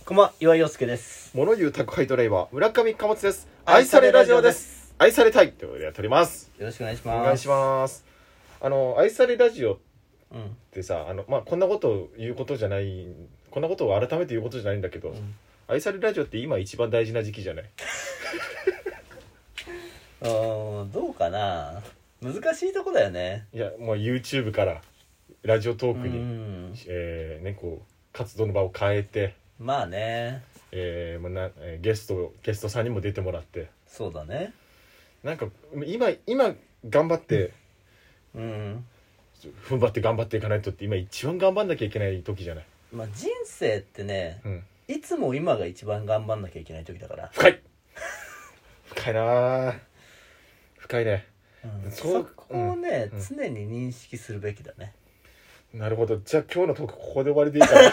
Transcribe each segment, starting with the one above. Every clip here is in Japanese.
こんばんは、岩井陽介です。 物言う宅配ドライバー村上貨物です。愛されラジオです。愛されたいということでやっております。 よろしくお願いします。 お願いします。愛されラジオってさ、こんなことを言うことじゃない、こんなことを改めて言うことじゃないんだけど、愛されラジオって今一番大事な時期じゃない？ どうかな、難しいとこだよね。 いや、もう YouTube からラジオトークに、こう活動の場を変えて、 まあね、 ゲストさんにも出てもらって、 そうだね。 なんか今頑張って、踏ん張って頑張っていかないとって今一番頑張んなきゃいけない時じゃない。 まあ人生ってね、いつも今が一番頑張んなきゃいけない時だから。 深いな、深いね、 そこをね、常に認識するべきだね。 なるほど。じゃあ今日のトークここで終わりでいいかな。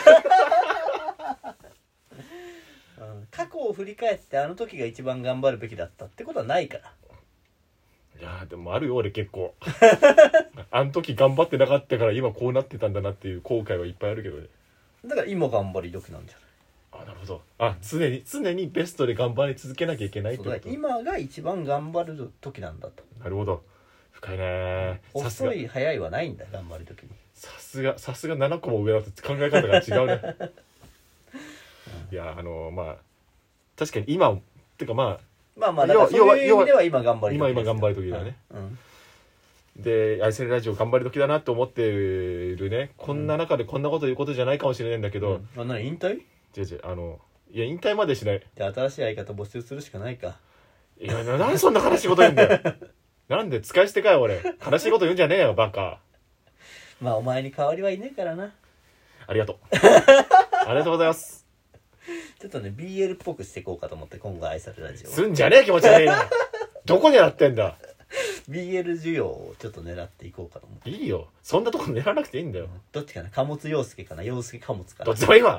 過去を振り返ってあの時が一番頑張るべきだったってことはないから。 いやでもあるよ、俺結構。あの時頑張ってなかったから今こうなってたんだなっていう後悔はいっぱいあるけどね。 だから今頑張り時なんじゃない。 なるほど。常にベストで頑張り続けなきゃいけないってこと。 今が一番頑張る時なんだと。 なるほど。深いね。 遅い早いはないんだ、頑張る時に。さすが 7個も上だと考え方が違うね。いや確かに今ってかだからそういう意味では今頑張り時です。今頑張り時だね。で愛されラジオ頑張り時だなと思ってるね。こんな中でこんなこと言うことじゃないかもしれないんだけど、 何引退？ 違ういや引退までしない。 じゃあ新しい相方募集するしかないか。 いやなんでそんな悲しいこと言うんだよ。なんで使い捨てかよ俺。悲しいこと言うんじゃねえよバカ。 まあお前に代わりはいねえからな。 ありがとう。ありがとうございます。 ちょっとね BL っぽくしていこうかと思って今後愛されラジオすんじゃねえ気持ち悪いな。どこ狙ってんだ。 BL 需要をちょっと狙っていこうかと思って。いいいよ、そんなとこ狙わなくていいんだよ。 どっちかな、貨物陽介かな、陽介貨物かな、 どっちでもいいわ。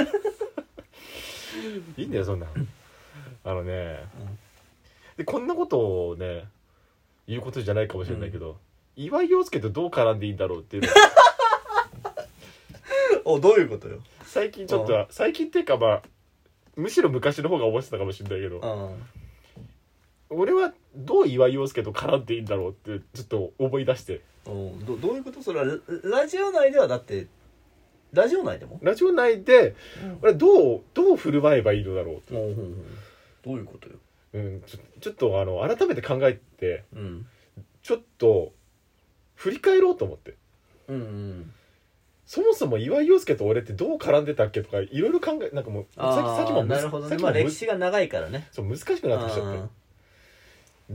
いいんだよそんな。でこんなことをね言うことじゃないかもしれないけど、岩井陽介とどう絡んでいいんだろうっていうの。 どういうことよ。 最近ちょっと最近っていうかむしろ昔の方が思ってたかもしれないけど、俺はどう岩井陽介と絡んでいいんだろうってちょっと思い出して。 どういうこと。それはラジオ内では、だってラジオ内で俺どう振る舞えばいいのだろうと。 どういうことよ。 ちょっと改めて考えて、ちょっと振り返ろうと思って、そもそも岩井陽介と俺ってどう絡んでたっけとかいろいろ考え、なんかもうさっきもなるほどね。歴史が長いからね。 そう難しくなってきちゃって。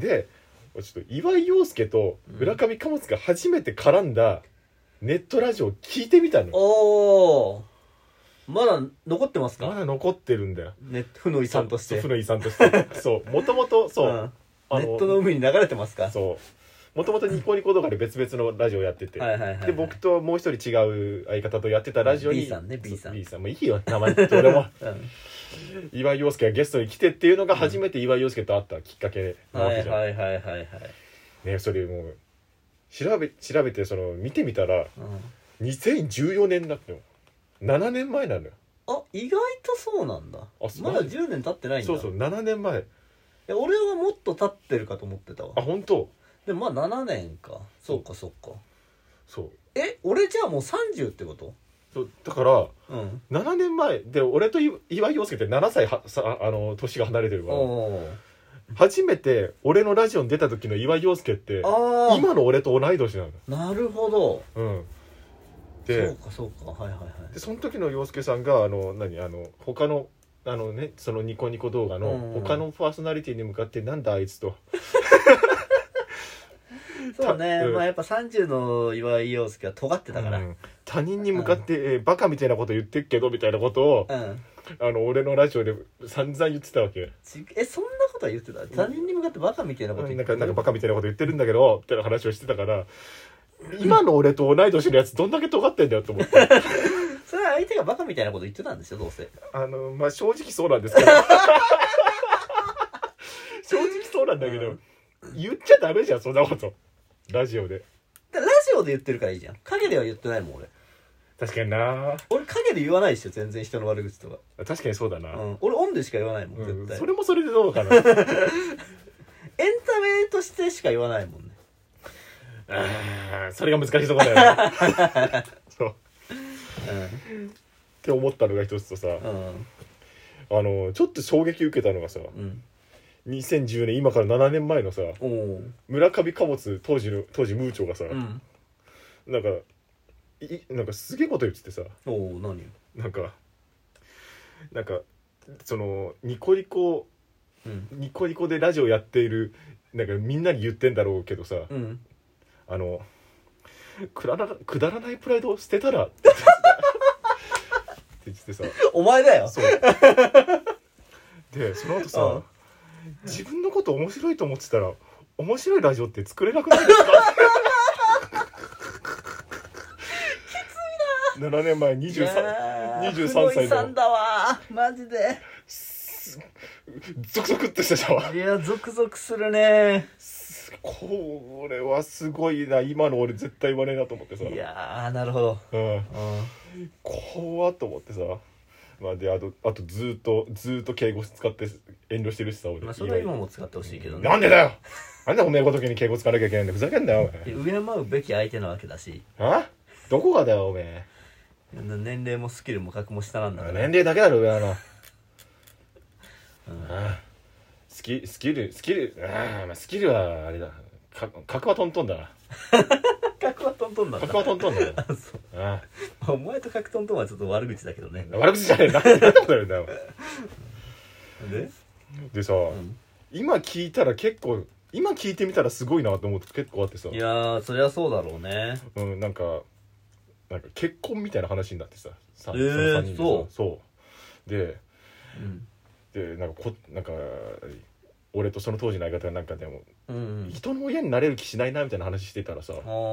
でちょっと岩井陽介と村上貨物が初めて絡んだネットラジオを聞いてみたの。 まだ残ってますか？ まだ残ってるんだよ。 負の遺産として。 そうもともとそう、 ネットの海に流れてますか？ そうもともとニコニコ動画で別々のラジオやってて、で僕ともう一人違う相方とやってたラジオに B さんね。B さんもういいよ名前って俺も、岩井陽介がゲストに来てっていうのが初めて岩井陽介と会ったきっかけなわけじゃん。ね、それもう調べて見てみたら、2014年だったよ。7年前なのよ。 意外とそうなんだ。まだ10年経ってないんだ。 そう7年前。 俺はもっと経ってるかと思ってたわ。 本当？ でも7年か。そうか。 そう俺じゃあもう30ってこと？ そうだから、7年前で俺と岩井陽介って7歳年が離れてるから、初めて俺のラジオに出た時の岩井陽介って今の俺と同い年なの。 なるほど。 でそうか。 でその時の陽介さんが他のそのニコニコ動画の他のパーソナリティに向かってなんだあいつと。 そうね、やっぱ30の岩井陽介は尖ってたから、 他人に向かって、バカみたいなこと言ってっけどみたいなことを、俺のラジオで散々言ってたわけ。 そんなことは言ってた？他人に向かってバカみたいなこと言ってなんかバカみたいなこと言ってるんだけどみたいな話をしてたから、今の俺と同い年のやつどんだけ尖ってんだよと思って。 それは相手がバカみたいなこと言ってたんですよ、どうせ。 正直そうなんですけど。正直そうなんだけど、言っちゃダメじゃんそんなこと。ラジオで言ってるからいいじゃん。影では言ってないもん俺。 確かにな。 俺影で言わないでしょ全然人の悪口とか。 確かにそうだな、 俺オンでしか言わないもん絶対、 それもそれでどうかな。 エンタメとしてしか言わないもんね。 それが難しいところだよね。そう、って思ったのが一つとさ、ちょっと衝撃受けたのがさ、2010年今から7年前のさ、村上貨物当時ムーチョがさ、なんかすげえこと言っててさ、 何？なんかそのニコニコでラジオやっているなんかみんなに言ってんだろうけどさ、くだらないプライドを捨てたらって言ってさ、 お前だよ。 そうでその後さ、自分のこと面白いと思ってたら面白いラジオって作れなくないですか？7年前23歳のだわマジでゾクゾクっとしたじゃん。 いやゾクゾクするね。 これはすごいな。今の俺絶対言わねえなと思ってさ。 いやなるほど。 怖っと思ってさ。であとずっと敬語使って遠慮してるしさ俺。 それは今も使ってほしいけどね。 なんでだよ。なんでおめえごときに敬語使わなきゃいけないんだ。ふざけんなよお前。 敬うべき相手なわけだし。 どこがだよおめえ。 年齢もスキルも格も下なんだから。 年齢だけだろ上の。スキルはあれだ。格はトントンだな。 格はトントンだ。 格はトントンだよ。 お前と格トントンはちょっと悪口だけどね。 悪口じゃねえな。なんてこと言うんだよ。でさ、今聞いてみたらすごいなと思って結構あってさ。 いやそりゃそうだろうね。 なんか結婚みたいな話になってさ。その 3人でさ。 そうでなんか俺とその当時の相方がなんかでも、人の親になれる気しないなみたいな話してたらさ、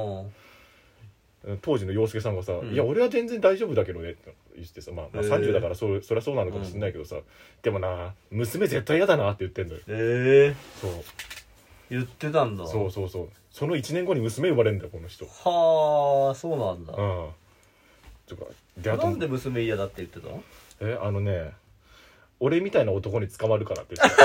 当時の洋介さんがさ、いや俺は全然大丈夫だけどねって言ってさ、30だからそりゃそうなのかもしれないけどさ、でもな娘絶対嫌だなって言ってんのよ。そう言ってたんだ。 そうその1年後に娘生まれるんだよこの人。 はあそうなんだ。なんで娘嫌だって言ってたの？ 俺みたいな男に捕まるからって言って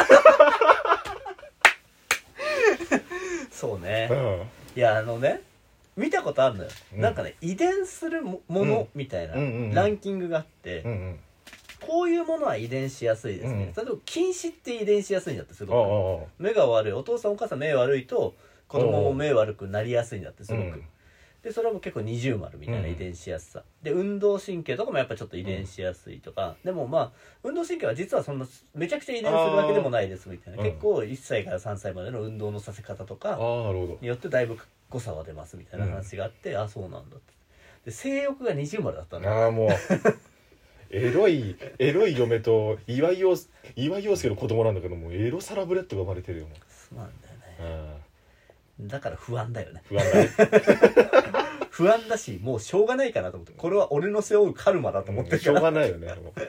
そうね、いや見たことあるのよ、なんかね遺伝するものみたいなランキングがあって、こういうものは遺伝しやすいですね、例えば近視って遺伝しやすいんだってすごく、目が悪いお父さんお母さん目悪いと子供も目悪くなりやすいんだってすごく、でそれも結構二重丸みたいな遺伝しやすさ、で運動神経とかもやっぱちょっと遺伝しやすいとか、でも運動神経は実はそんなめちゃくちゃ遺伝するわけでもないですみたいな、結構1歳から3歳までの運動のさせ方とかによってだいぶ誤差は出ますみたいな話があって、そうなんだって。で性欲が二重丸だったんだ。 もうエロい嫁と岩井陽介の子供なんだけどもエロサラブレッドが生まれてるよ。 そうなんだよね。だから不安だよね。 不安だね。 不安だしもうしょうがないかなと思って、これは俺の背負うカルマだと思ってるから、 しょうがないよね。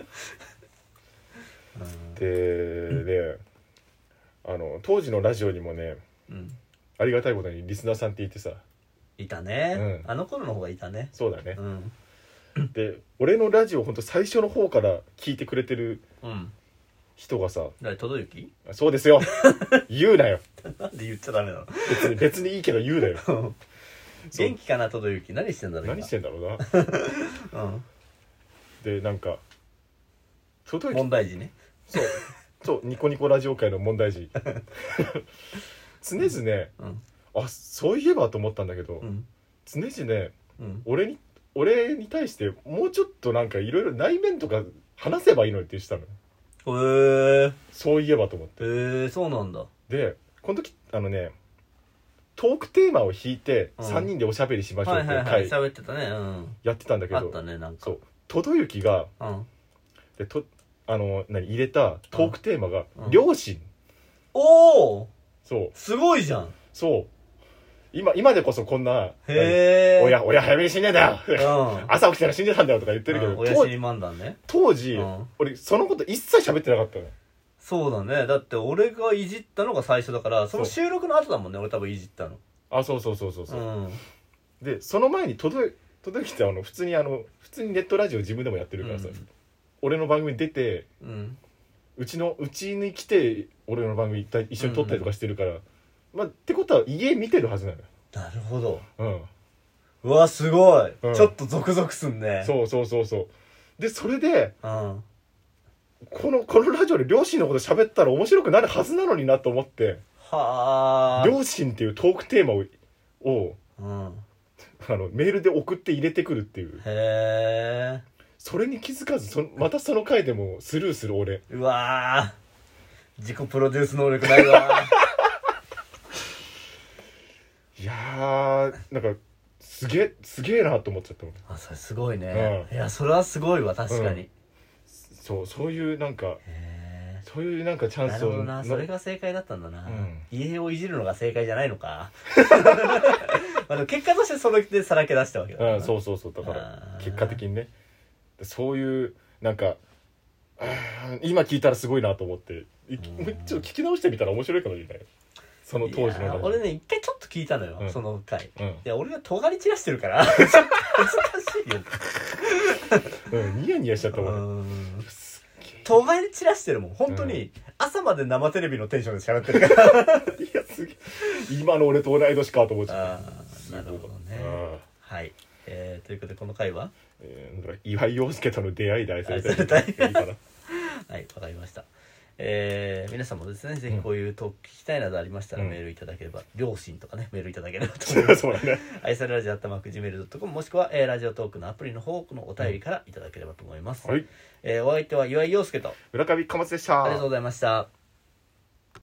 で当時のラジオにもね、ありがたいことにリスナーさんっていてさ、 いたね、あの頃の方がいたね。 そうだね、で俺のラジオほんと最初の方から聞いてくれてる人がさ、 とどゆき？ そうですよ。言うなよ。 なんで言っちゃダメなの？ 別にいいけど言うなよ。 元気かなとどゆき。何してんだろう。 何してんだろうな。でなんか問題児ね。 そうニコニコラジオ界の問題児。常々、そういえばと思ったんだけど、常々、俺に対してもうちょっとなんかいろいろ内面とか話せばいいのにって言ってたの。そういえばと思って。 そうなんだ。 でこの時トークテーマを引いて3人でおしゃべりしましょうっていう回喋ってたね。 やってたんだけど、 あったねなんか。 そうとどゆきが入れたトークテーマが両親。 おお。 そうすごいじゃん。 そう今でこそこんな親早めに死んでんだよ、朝起きたら死んでたんだよとか言ってるけど、 親死に漫談ね。 当時、俺そのこと一切喋ってなかったの。 そうだね。だって俺がいじったのが最初だから、その収録の後だもんね俺多分いじったの。 そう、でその前にとどその時って普通にネットラジオ自分でもやってるからさ、俺の番組に出て、うちに来て俺の番組一緒に撮ったりとかしてるから、まあってことは家見てるはずなのよ。 なるほど。うわすごい、ちょっとゾクゾクすんね。 そうでそれで、このラジオで両親のこと喋ったら面白くなるはずなのになと思って、両親っていうトークテーマをメールで送って入れてくるっていう。 へえ。 それに気づかずまたその回でもスルーする俺。 うわ自己プロデュース能力ないわいやーなんかすげえなと思っちゃったもん。 それすごいね、いやそれはすごいわ確かに、 そういうなんかそういうなんかチャンスを。なるほどな、 それが正解だったんだな、家をいじるのが正解じゃないのかまあ結果としてそれでさらけ出したわけだから、 そうだから結果的にね、そういうなんか今聞いたらすごいなと思って、ちょっと聞き直してみたら面白いかもしれない。その当時の俺ね一回ちょっと聞いたのよ、その回、いや俺が尖り散らしてるから恥ずかしいよニヤニヤしちゃったもん。 尖り散らしてるもん本当に、朝まで生テレビのテンションで喋ってるからいやすげえ今の俺と同い年かと思っちゃった。 なるほどね。はい、ということでこの回は、 岩井陽介との出会いで愛されたいいいかなはい、 わかりました。皆さんもですね、ぜひこういうトーク聞きたいなどありましたらメールいただければ、両親とかねメールいただければと思います。 そうだね。 愛されラジオ@gmail.com もしくは、ラジオトークのアプリの方のお便りからいただければと思います。お相手は岩井陽介と村上貨物でした。 ありがとうございました。